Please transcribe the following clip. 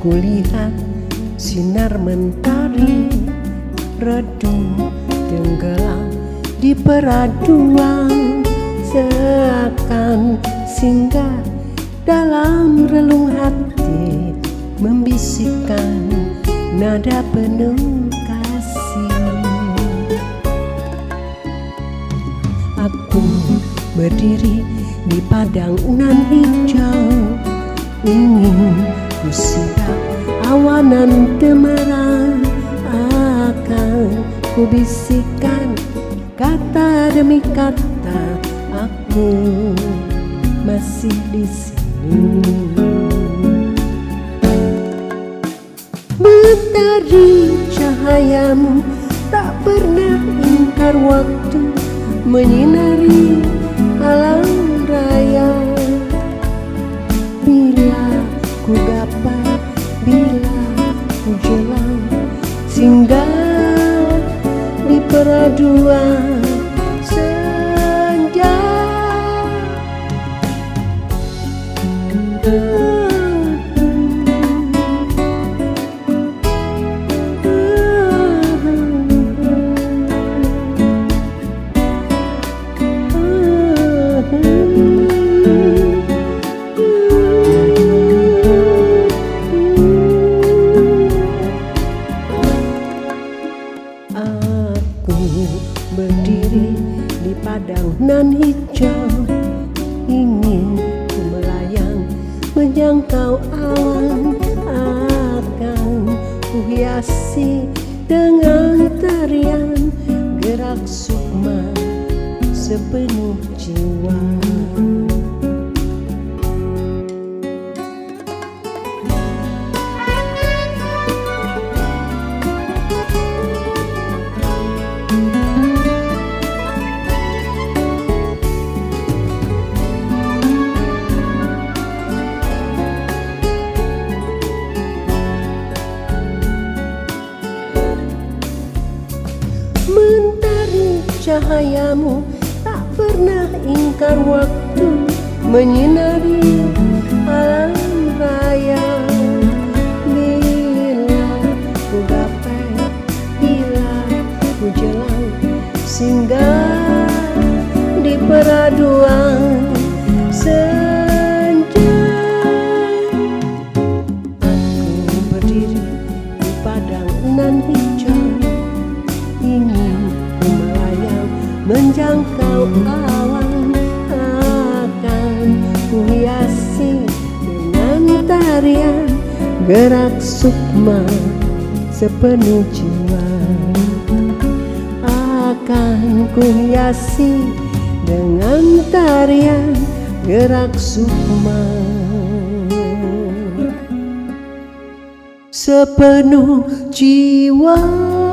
Kulihat sinar mentari redup tenggelam di peraduan, seakan singgah dalam relung hati, membisikkan nada penuh kasih. Aku berdiri di padang nan hijau, ingin ku siap awanan temerang, akan ku bisikan kata demi kata, aku masih di sini. Mentari cahayamu tak pernah ingkar waktu, menyinari alam raya. Bila ku gapai, bila ku jelang, singgah di peraduan senja. Aku berdiri di padang nan hijau, ingin ku melayang menjangkau awan, akan ku hiasi dengan tarian gerak sukma sepenuh jiwa. Cahayamu tak pernah ingkar waktu, menyinari alam raya. Bila ku gapai, bila ku jelang, singgah di peraduan senja. Aku berdiri di padang nan hijau, ingin menjangkau awan, akan ku hiasi dengan tarian gerak sukma sepenuh jiwa. Akan ku hiasi dengan tarian gerak sukma sepenuh jiwa.